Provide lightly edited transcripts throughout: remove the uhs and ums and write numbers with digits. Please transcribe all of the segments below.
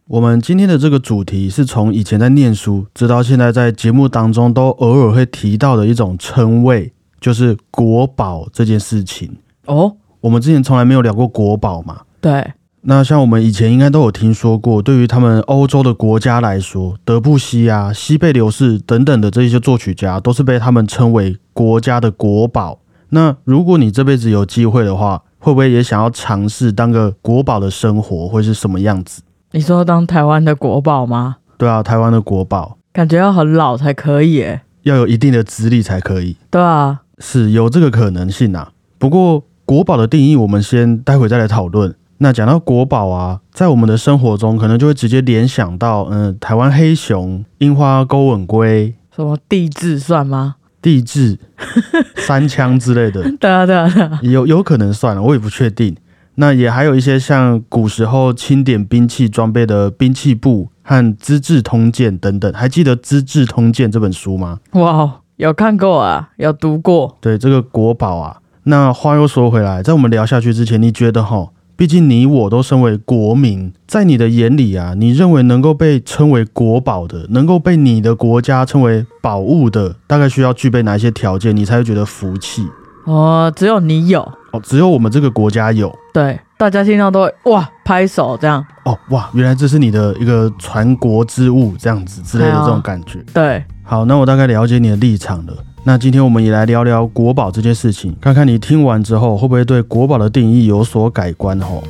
我们今天的这个主题是从以前在念书，直到现在在节目当中都偶尔会提到的一种称谓，就是国宝这件事情。 哦， 我们之前从来没有聊过国宝嘛？ 对。 那像我们以前应该都有听说过，对于他们欧洲的国家来说，德布西啊、西贝流士等等的这些作曲家，都是被他们称为国家的国宝。那如果你这辈子有机会的话，会不会也想要尝试当个国宝的生活，会是什么样子？ 你说当台湾的国宝吗？ 对啊，台湾的国宝感觉要很老才可以耶。 要有一定的资历才可以。 对啊， 是有这个可能性啊。不过国宝的定义我们先待会再来讨论。那讲到国宝啊，在我们的生活中可能就会直接联想到台湾黑熊、樱花钩吻龟， 什么地质算吗？ 地质三枪之类的对啊对啊对啊， 有可能算了，我也不确定。那也还有一些像古时候清点兵器装备的兵器部和《资治通鉴》等等，还记得《资治通鉴》这本书吗？ 哇，有看过啊，有读过。 对，这个国宝啊。那话又说回来，在我们聊下去之前，你觉得毕竟你我都身为国民，在你的眼里啊，你认为能够被称为国宝的，能够被你的国家称为宝物的，大概需要具备哪一些条件，你才会觉得服气？ 只有你有。 只有我们这个国家有。 对，大家听到都会哇拍手这样。 哇，原来这是你的一个传国之物，这样子之类的这种感觉。 对， 好，那我大概了解你的立场了。那今天我们也来聊聊国宝这件事情，看看你听完之后会不会对国宝的定义有所改观吼。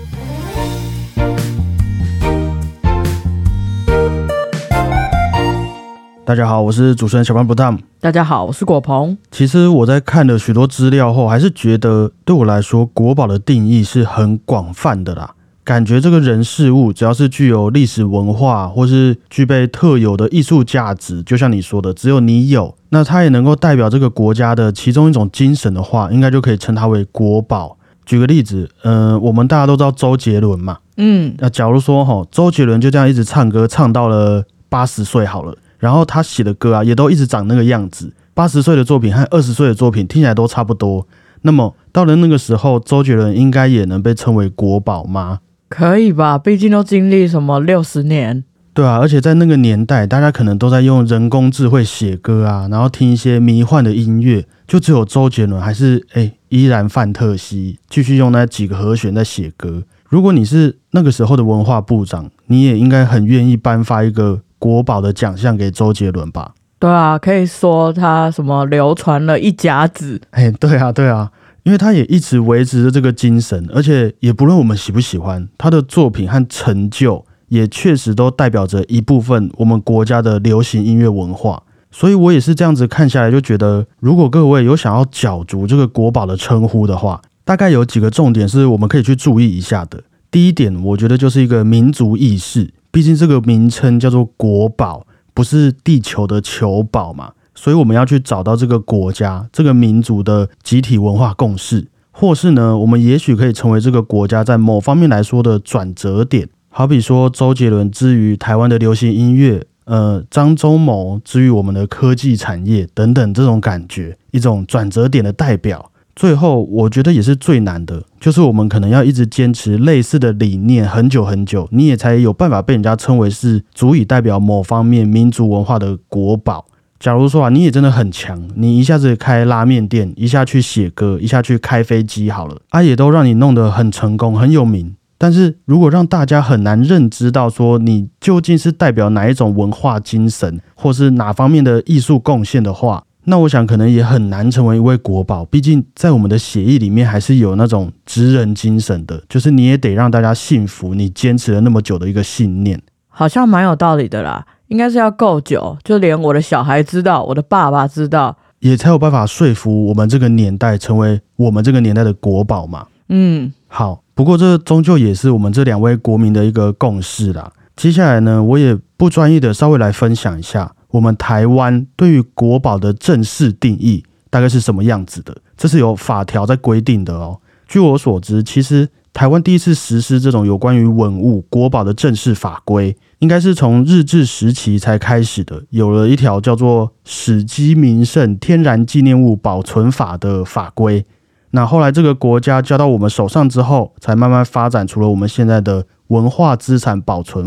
大家好，我是主持人小潘不烫。 大家好，我是果鹏。 其实我在看了许多资料后，还是觉得对我来说，国宝的定义是很广泛的啦。感觉这个人事物只要是具有历史文化或是具备特有的艺术价值，就像你说的，只有你有，那它也能够代表这个国家的其中一种精神的话，应该就可以称它为国宝。举个例子，我们大家都知道周杰伦嘛，那假如说周杰伦就这样一直唱歌唱到了80岁好了，然后他写的歌啊也都一直长那个样子，80岁的作品和20岁的作品听起来都差不多，那么到了那个时候，周杰伦应该也能被称为国宝吗？ 可以吧，毕竟都经历什么60年。 对啊，而且在那个年代，大家可能都在用人工智慧写歌啊，然后听一些迷幻的音乐，就只有周杰伦还是依然范特西，继续用那几个和弦在写歌。如果你是那个时候的文化部长，你也应该很愿意颁发一个国宝的奖项给周杰伦吧？ 对啊，可以说他什么流传了一甲子。 对啊，因为他也一直维持着这个精神，而且也不论我们喜不喜欢他的作品和成就，也确实都代表着一部分我们国家的流行音乐文化。所以我也是这样子看下来，就觉得如果各位有想要角逐这个国宝的称呼的话，大概有几个重点是我们可以去注意一下的。第一点，我觉得就是一个民族意识，毕竟这个名称叫做国宝，不是地球的球宝嘛，所以我们要去找到这个国家、这个民族的集体文化共识，或是呢，我们也许可以成为这个国家在某方面来说的转折点。好比说周杰伦之于台湾的流行音乐，张忠谋之于我们的科技产业等等，这种感觉，一种转折点的代表。最后我觉得也是最难的，就是我们可能要一直坚持类似的理念很久很久，你也才有办法被人家称为是足以代表某方面民族文化的国宝。假如说你也真的很强，你一下子开拉面店，一下去写歌，一下去开飞机好了，也都让你弄得很成功很有名。但是如果让大家很难认知到说你究竟是代表哪一种文化精神，或是哪方面的艺术贡献的话，那我想可能也很难成为一位国宝。毕竟在我们的血液里面还是有那种职人精神的，就是你也得让大家信服你坚持了那么久的一个信念。 好像蛮有道理的啦，应该是要够久，就连我的小孩知道，我的爸爸知道， 也才有办法说服我们这个年代成为我们这个年代的国宝嘛。好，不过这终究也是我们这两位国民的一个共识啦。接下来呢，我也不专业的稍微来分享一下我们台湾对于国宝的正式定义大概是什么样子的，这是有法条在规定的哦。据我所知，其实台湾第一次实施这种有关于文物国宝的正式法规，应该是从日治时期才开始的，有了一条叫做《史迹名胜天然纪念物保存法》的法规。那后来这个国家交到我们手上之后，才慢慢发展出了我们现在的文化资产保存法。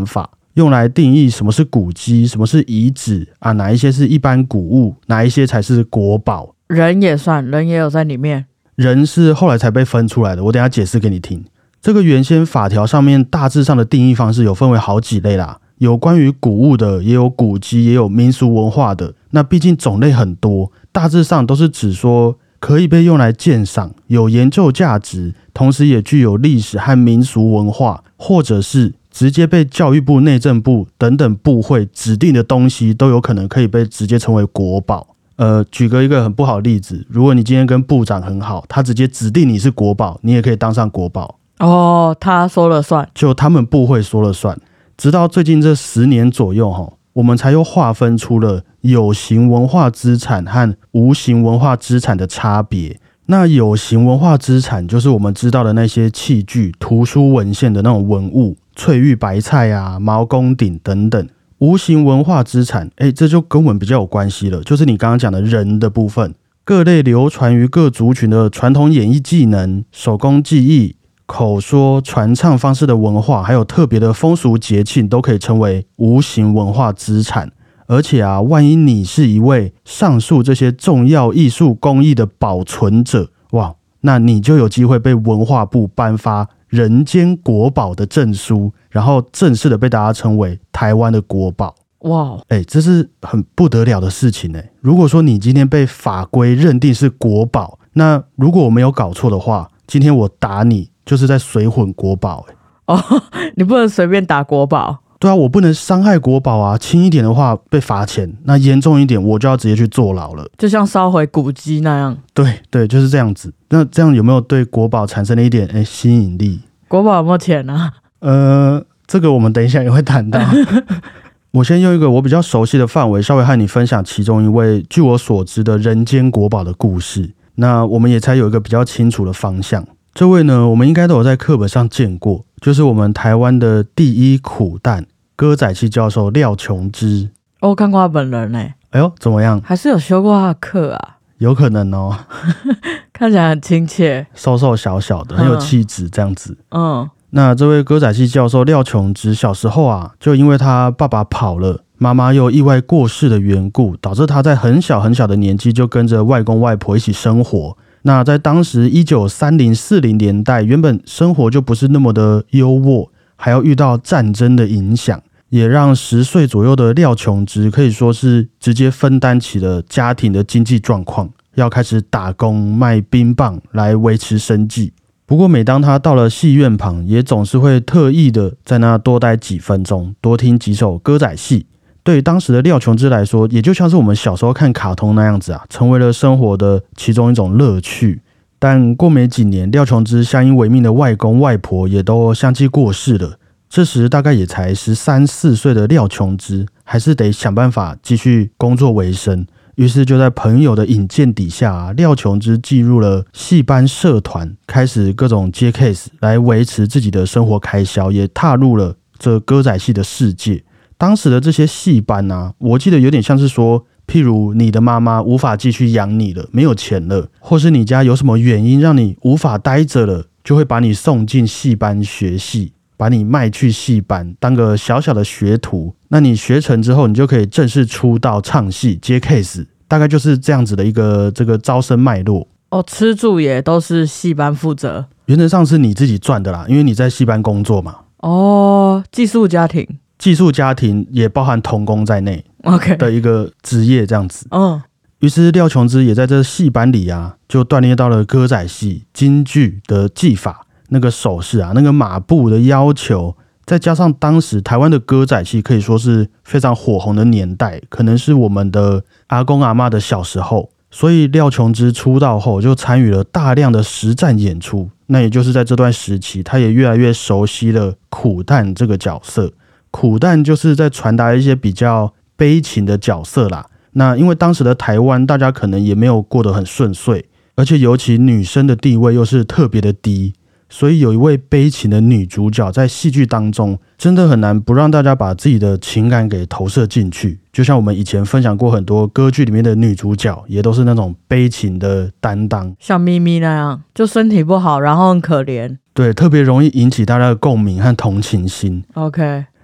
用来定义什么是古迹，什么是遗址啊，哪一些是一般古物，哪一些才是国宝。 人也算，人也有在里面。 人是后来才被分出来的，我等一下解释给你听。这个原先法条上面大致上的定义方式有分为好几类啦，有关于古物的，也有古迹，也有民俗文化的。那毕竟种类很多，大致上都是指说可以被用来鉴赏，有研究价值，同时也具有历史和民俗文化，或者是直接被教育部、内政部等等部会指定的东西，都有可能可以被直接称为国宝。举个一个很不好的例子，如果你今天跟部长很好，他直接指定你是国宝，你也可以当上国宝。 哦，他说了算， 就他们部会说了算。直到最近这10年左右，我们才又划分出了有形文化资产和无形文化资产的差别。那有形文化资产就是我们知道的那些器具、图书文献的那种文物，翠玉白菜啊、毛公鼎等等。无形文化资产，这就跟我们比较有关系了，就是你刚刚讲的人的部分，各类流传于各族群的传统演艺技能、手工技艺、口说、传唱方式的文化，还有特别的风俗节庆，都可以称为无形文化资产。而且啊，万一你是一位上述这些重要艺术工艺的保存者，哇，那你就有机会被文化部颁发人间国宝的证书，然后正式的被大家称为台湾的国宝。 哇， 这是很不得了的事情。如果说你今天被法规认定是国宝，那如果我没有搞错的话，今天我打你就是在水混国宝。 你不能随便打国宝。 对啊，我不能伤害国宝啊，轻一点的话被罚钱，那严重一点我就要直接去坐牢了， 就像烧毁古迹那样。 对，就是这样子。那这样有没有对国宝产生了一点吸引力？ 国宝有没有钱啊？ 这个我们等一下也会谈到。我先用一个我比较熟悉的范围，稍微和你分享其中一位据我所知的人间国宝的故事。那我们也才有一个比较清楚的方向。这位呢，我们应该都有在课本上见过，就是我们台湾的第一苦旦歌仔戏教授廖琼枝。 我看过他本人哎呦，怎么样？ 还是有修过他的课啊？ 有可能哦。 看起来很亲切， 瘦瘦小小的，很有气质这样子。那这位歌仔戏教授廖琼枝小时候啊，就因为他爸爸跑了，妈妈又意外过世的缘故，导致他在很小很小的年纪就跟着外公外婆一起生活。那在当时1930、40年代，原本生活就不是那么的优渥，还要遇到战争的影响，也让10岁左右的廖琼枝可以说是直接分担起了家庭的经济状况，要开始打工卖冰棒来维持生计。不过每当他到了戏院旁，也总是会特意的在那多待几分钟，多听几首歌仔戏。对于当时的廖琼枝来说，也就像是我们小时候看卡通那样子啊，成为了生活的其中一种乐趣。但过没几年，廖琼枝相依为命的外公外婆也都相继过世了。这时大概也才13、14岁的廖琼枝，还是得想办法继续工作为生。于是就在朋友的引荐底下廖琼枝进入了戏班社团，开始各种接 case 来维持自己的生活开销，也踏入了这歌仔戏的世界。当时的这些戏班啊，我记得有点像是说，譬如你的妈妈无法继续养你了，没有钱了，或是你家有什么原因让你无法待着了，就会把你送进戏班学戏，把你卖去戏班当个小小的学徒。那你学成之后，你就可以正式出道唱戏接 case， 大概就是这样子的一个这个招生脉络。 吃住也都是戏班负责， 原则上是你自己赚的啦，因为你在戏班工作嘛。 寄宿家庭。 寄宿家庭也包含童工在内的一个职业这样子。于是廖琼枝也在这戏班里啊，就锻炼到了歌仔戏、京剧的技法，那个手势啊，那个马步的要求，再加上当时台湾的歌仔戏可以说是非常火红的年代，可能是我们的阿公阿嬷的小时候，所以廖琼枝出道后就参与了大量的实战演出。那也就是在这段时期，他也越来越熟悉了苦旦这个角色。苦旦就是在传达一些比较悲情的角色啦。那因为当时的台湾，大家可能也没有过得很顺遂，而且尤其女生的地位又是特别的低，所以有一位悲情的女主角在戏剧当中，真的很难不让大家把自己的情感给投射进去。就像我们以前分享过很多歌剧里面的女主角，也都是那种悲情的担当， 像咪咪那样，就身体不好，然后很可怜。 对，特别容易引起大家的共鸣和同情心。 OK。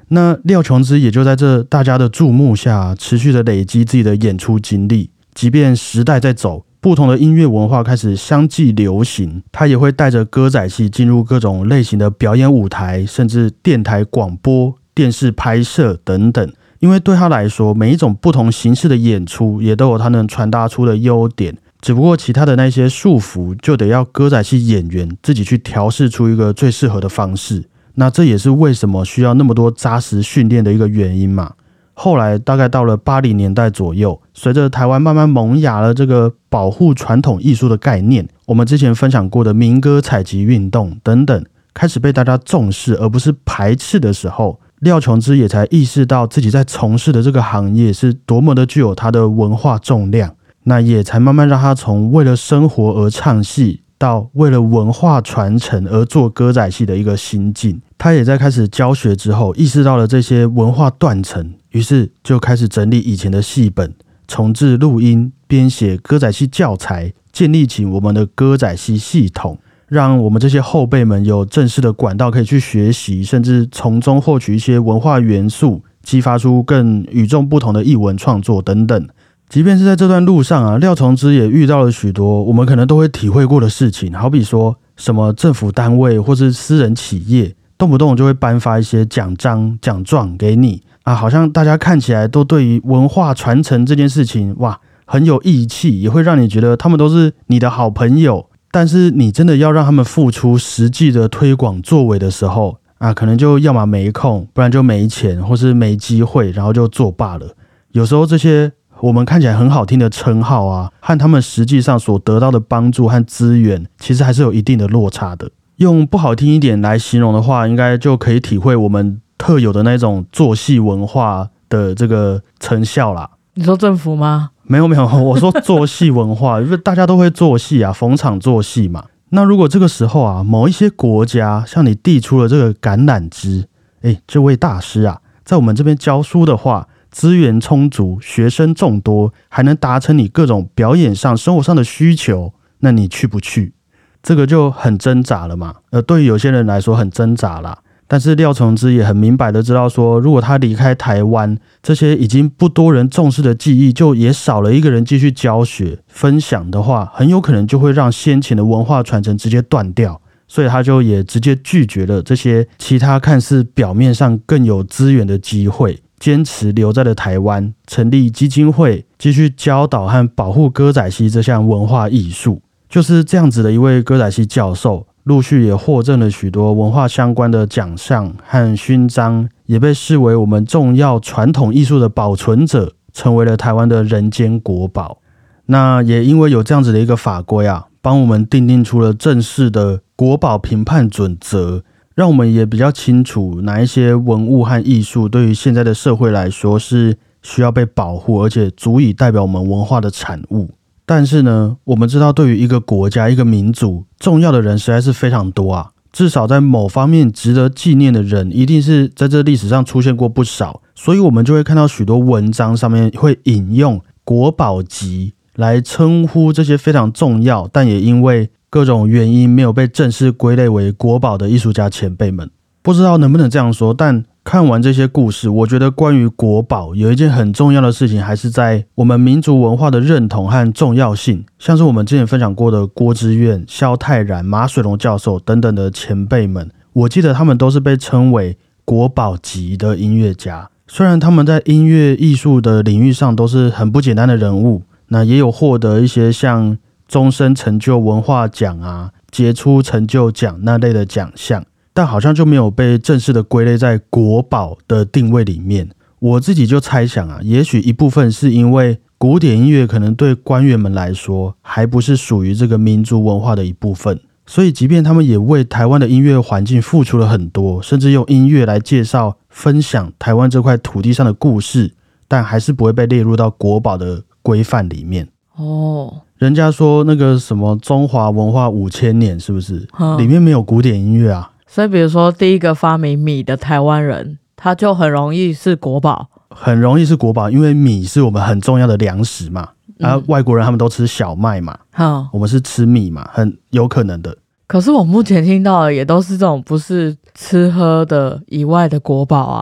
那廖琼枝也就在这大家的注目下，持续的累积自己的演出经历。即便时代在走，不同的音乐文化开始相继流行，他也会带着歌仔戏进入各种类型的表演舞台，甚至电台广播、电视拍摄等等。因为对他来说，每一种不同形式的演出也都有他能传达出的优点，只不过其他的那些束缚就得要歌仔戏演员自己去调试出一个最适合的方式。那这也是为什么需要那么多扎实训练的一个原因嘛。后来大概到了80年代左右，随着台湾慢慢萌芽了这个保护传统艺术的概念，我们之前分享过的民歌采集运动等等开始被大家重视而不是排斥的时候，廖琼枝也才意识到自己在从事的这个行业是多么的具有它的文化重量。那也才慢慢让他从为了生活而唱戏到为了文化传承而做歌仔戏的一个心境。他也在开始教学之后意识到了这些文化断层，于是就开始整理以前的戏本，重制录音，编写歌仔戏教材，建立起我们的歌仔戏系统，让我们这些后辈们有正式的管道可以去学习，甚至从中获取一些文化元素，激发出更与众不同的艺文创作等等。即便是在这段路上啊，廖琼枝也遇到了许多我们可能都会体会过的事情，好比说什么政府单位或是私人企业动不动就会颁发一些奖章奖状给你啊，好像大家看起来都对于文化传承这件事情哇很有义气，也会让你觉得他们都是你的好朋友。但是你真的要让他们付出实际的推广作为的时候啊，可能就要么没空，不然就没钱或是没机会，然后就作罢了。有时候这些我们看起来很好听的称号啊，和他们实际上所得到的帮助和资源其实还是有一定的落差的。用不好听一点来形容的话，应该就可以体会我们特有的那种做戏文化的这个成效啦。 你说政府吗？ 没有，我说做戏文化，因为大家都会做戏啊，逢场作戏嘛。那如果这个时候啊，某一些国家向你递出了这个橄榄枝，这位大师啊，在我们这边教书的话，资源充足，学生众多，还能达成你各种表演上、生活上的需求，那你去不去？这个就很挣扎了嘛。对于有些人来说很挣扎啦。但是廖琼枝也很明白的知道说，如果他离开台湾，这些已经不多人重视的技艺，就也少了一个人继续教学分享的话，很有可能就会让先前的文化传承直接断掉。所以他就也直接拒绝了这些其他看似表面上更有资源的机会，坚持留在了台湾，成立基金会，继续教导和保护歌仔戏这项文化艺术。就是这样子的一位歌仔戏教授，陆续也获赠了许多文化相关的奖项和勋章，也被视为我们重要传统艺术的保存者，成为了台湾的人间国宝。那也因为有这样子的一个法规啊，帮我们订定出了正式的国宝评判准则，让我们也比较清楚哪一些文物和艺术对于现在的社会来说是需要被保护，而且足以代表我们文化的产物。但是呢，我们知道对于一个国家、一个民族，重要的人实在是非常多啊。至少在某方面值得纪念的人，一定是在这历史上出现过不少。所以我们就会看到许多文章上面会引用国宝级来称呼这些非常重要，但也因为各种原因没有被正式归类为国宝的艺术家前辈们。不知道能不能这样说，但看完这些故事，我觉得关于国宝有一件很重要的事情，还是在我们民族文化的认同和重要性。像是我们之前分享过的郭之苑、萧泰然、马水龙教授等等的前辈们，我记得他们都是被称为国宝级的音乐家。虽然他们在音乐艺术的领域上都是很不简单的人物，那也有获得一些像终身成就文化奖啊、杰出成就奖那类的奖项，但好像就没有被正式的归类在国宝的定位里面。我自己就猜想啊，也许一部分是因为古典音乐可能对官员们来说还不是属于这个民族文化的一部分，所以即便他们也为台湾的音乐环境付出了很多，甚至用音乐来介绍分享台湾这块土地上的故事，但还是不会被列入到国宝的规范里面。人家说那个什么中华文化5000年是不是里面没有古典音乐啊？ 所以比如说第一个发明米的台湾人，他就很容易是国宝。 很容易是国宝，因为米是我们很重要的粮食嘛。外国人他们都吃小麦嘛，我们是吃米嘛，很有可能的。 可是我目前听到的也都是这种不是吃喝的以外的国宝啊，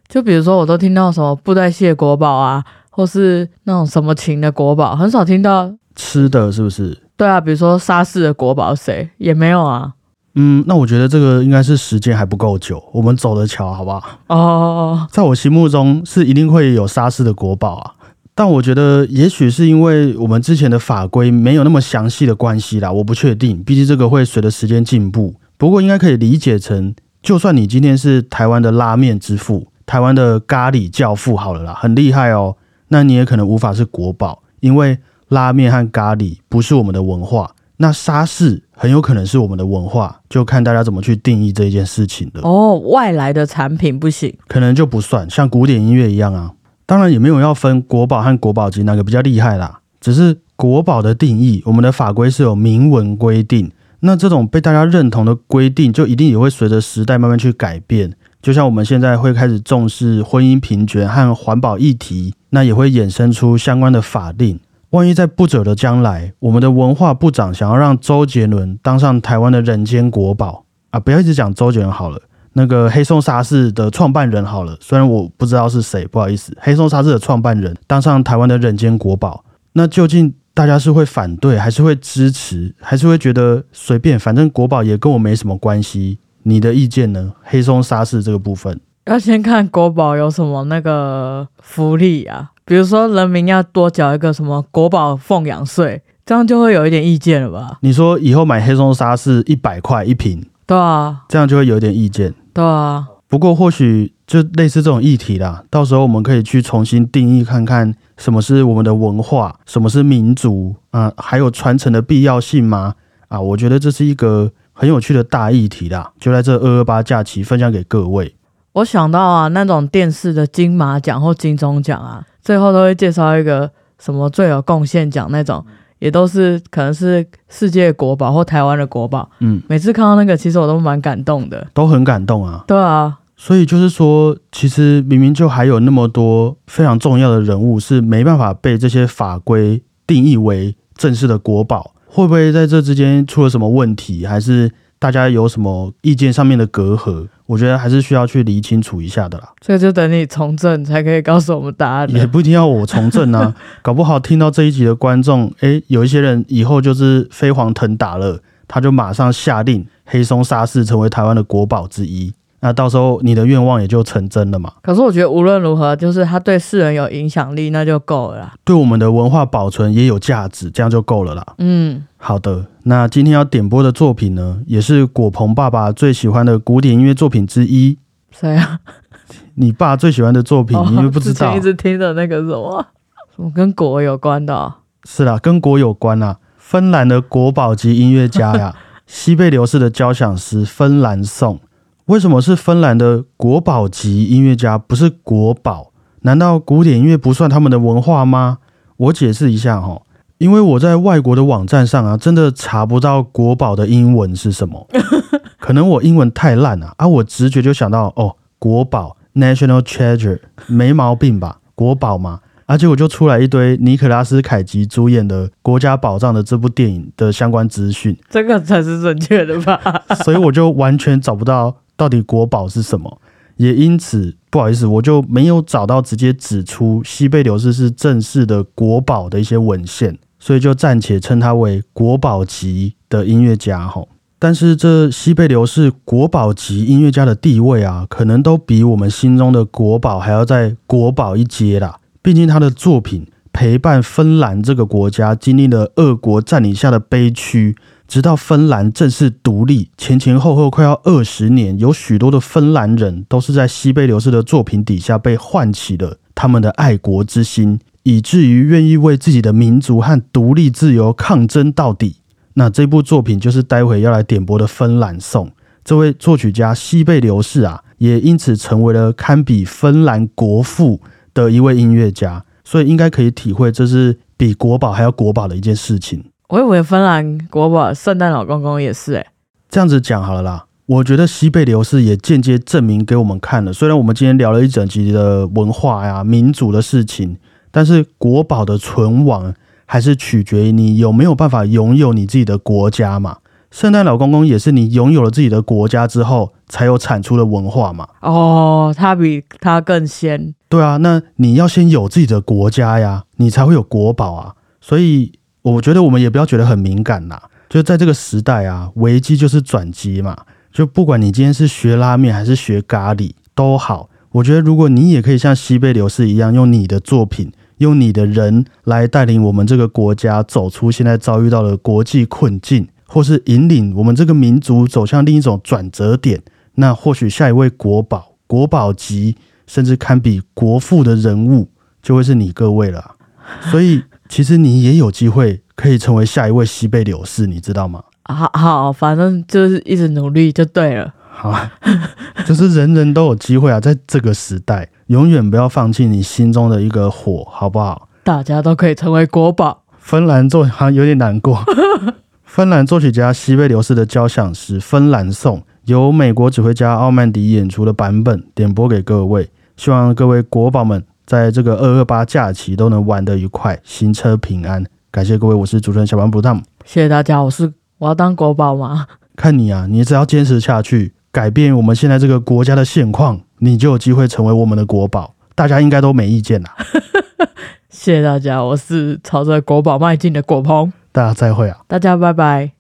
就比如说我都听到什么布袋戏的国宝啊，或是那种什么琴的国宝，很少听到吃的是不是？ 对啊，比如说沙士的国宝谁也没有啊。 那我觉得这个应该是时间还不够久，我们走着瞧好不好？ 哦， 在我心目中是一定会有沙士的国宝啊，但我觉得也许是因为我们之前的法规没有那么详细的关系啦，我不确定，毕竟这个会随着时间进步。不过应该可以理解成，就算你今天是台湾的拉面之父，台湾的咖喱教父好了啦，很厉害哦，那你也可能无法是国宝，因为拉面和咖喱不是我们的文化。那沙士很有可能是我们的文化，就看大家怎么去定义这一件事情了。 哦，外来的产品不行， 可能就不算，像古典音乐一样啊。当然也没有要分国宝和国宝级哪个比较厉害啦，只是国宝的定义，我们的法规是有明文规定。那这种被大家认同的规定，就一定也会随着时代慢慢去改变。就像我们现在会开始重视婚姻平权和环保议题，那也会衍生出相关的法令。万一在不久的将来，我们的文化部长想要让周杰伦当上台湾的人间国宝啊，不要一直讲周杰伦好了，那个黑松沙士的创办人好了，虽然我不知道是谁，不好意思，黑松沙士的创办人当上台湾的人间国宝，那究竟大家是会反对，还是会支持，还是会觉得随便，反正国宝也跟我没什么关系？你的意见呢？黑松沙士这个部分， 要先看国宝有什么那个福利啊，比如说人民要多缴一个什么国宝奉养税，这样就会有一点意见了吧？ 你说以后买黑松沙士100块一瓶， 对啊， 这样就会有一点意见。 对啊， 不过或许就类似这种议题啦，到时候我们可以去重新定义看看什么是我们的文化，什么是民族啊，还有传承的必要性吗？啊，我觉得这是一个很有趣的大议题啦，就在这228假期分享给各位。 我想到啊，那种电视的金马奖或金钟奖啊，最后都会介绍一个什么最有贡献奖那种，也都是可能是世界国宝或台湾的国宝。每次看到那个，其实我都蛮感动的， 都很感动啊。 对啊， 所以就是说，其实明明就还有那么多非常重要的人物是没办法被这些法规定义为正式的国宝，会不会在这之间出了什么问题，还是大家有什么意见上面的隔阂？我觉得还是需要去理清楚一下的啦。 所以就等你从政才可以告诉我们答案。 也不一定要我从政啊，搞不好听到这一集的观众，有一些人以后就是飞黄腾达了，他就马上下令黑松沙士成为台湾的国宝之一。那到时候你的愿望也就成真了嘛。 可是我觉得无论如何，就是他对世人有影响力，那就够了啦。 对我们的文化保存也有价值，这样就够了啦。好的，那今天要点播的作品呢，也是果鹏爸爸最喜欢的古典音乐作品之一。 谁啊？ 你爸最喜欢的作品，你又不知道？ 之前一直听的那个什么跟国有关的哦。 是啦，跟国有关啦。芬兰的国宝级音乐家呀，西贝流士的交响诗《芬兰颂》。为什么是芬兰的国宝级音乐家，不是国宝？难道古典音乐不算他们的文化吗？我解释一下齁，因为我在外国的网站上啊，真的查不到国宝的英文是什么。可能我英文太烂了啊，我直觉就想到国宝 National Treasure 没毛病吧，国宝嘛。结果就出来一堆尼可拉斯凯奇主演的《国家宝藏》的这部电影的相关资讯， 这个才是正确的吧？ 所以我就完全找不到到底国宝是什么，也因此不好意思，我就没有找到直接指出西贝流士是正式的国宝的一些文献，所以就暂且称他为国宝级的音乐家齁。但是这西贝流士国宝级音乐家的地位啊，可能都比我们心中的国宝还要再国宝一阶啦。毕竟他的作品陪伴芬兰这个国家经历了俄国占领下的悲屈，直到芬兰正式独立，前前后后快要20年，有许多的芬兰人都是在西贝流士的作品底下被唤起了他们的爱国之心，以至于愿意为自己的民族和独立自由抗争到底。那这部作品就是待会要来点播的《芬兰颂》。这位作曲家西贝流士啊，也因此成为了堪比芬兰国父的一位音乐家，所以应该可以体会这是比国宝还要国宝的一件事情。 我以为芬兰国宝圣诞老公公也是这样子讲好了啦。我觉得西贝流士也间接证明给我们看了，虽然我们今天聊了一整集的文化呀、民族的事情，但是国宝的存亡还是取决于你有没有办法拥有你自己的国家嘛。 圣诞老公公也是你拥有了自己的国家之后才有产出的文化嘛。 哦，他比他更先。 对啊，那你要先有自己的国家呀，你才会有国宝啊。所以我觉得我们也不要觉得很敏感啦，就在这个时代啊，危机就是转机嘛。就不管你今天是学拉面还是学咖喱都好，我觉得如果你也可以像西贝流士一样，用你的作品，用你的人来带领我们这个国家走出现在遭遇到的国际困境，或是引领我们这个民族走向另一种转折点，那或许下一位国宝、国宝级，甚至堪比国父的人物，就会是你各位了。所以其实你也有机会可以成为下一位西贝流士，你知道吗？ 好，反正就是一直努力就对了。 好，就是人人都有机会啊，在这个时代，永远不要放弃你心中的一个火，好不好？ 大家都可以成为国宝。 芬兰好像有点难过。芬兰作曲家西贝流士的交响诗《芬兰颂》由美国指挥家奥曼迪演出的版本点播给各位，希望各位国宝们在这个228假期都能玩得愉快，行车平安。感谢各位，我是主持人小班布汤。 谢谢大家，我要当国宝吗？ 看你啊，你只要坚持下去，改变我们现在这个国家的现况，你就有机会成为我们的国宝，大家应该都没意见啦。 谢谢大家，我是朝着国宝迈进的果鹏， 大家再会啊， 大家拜拜。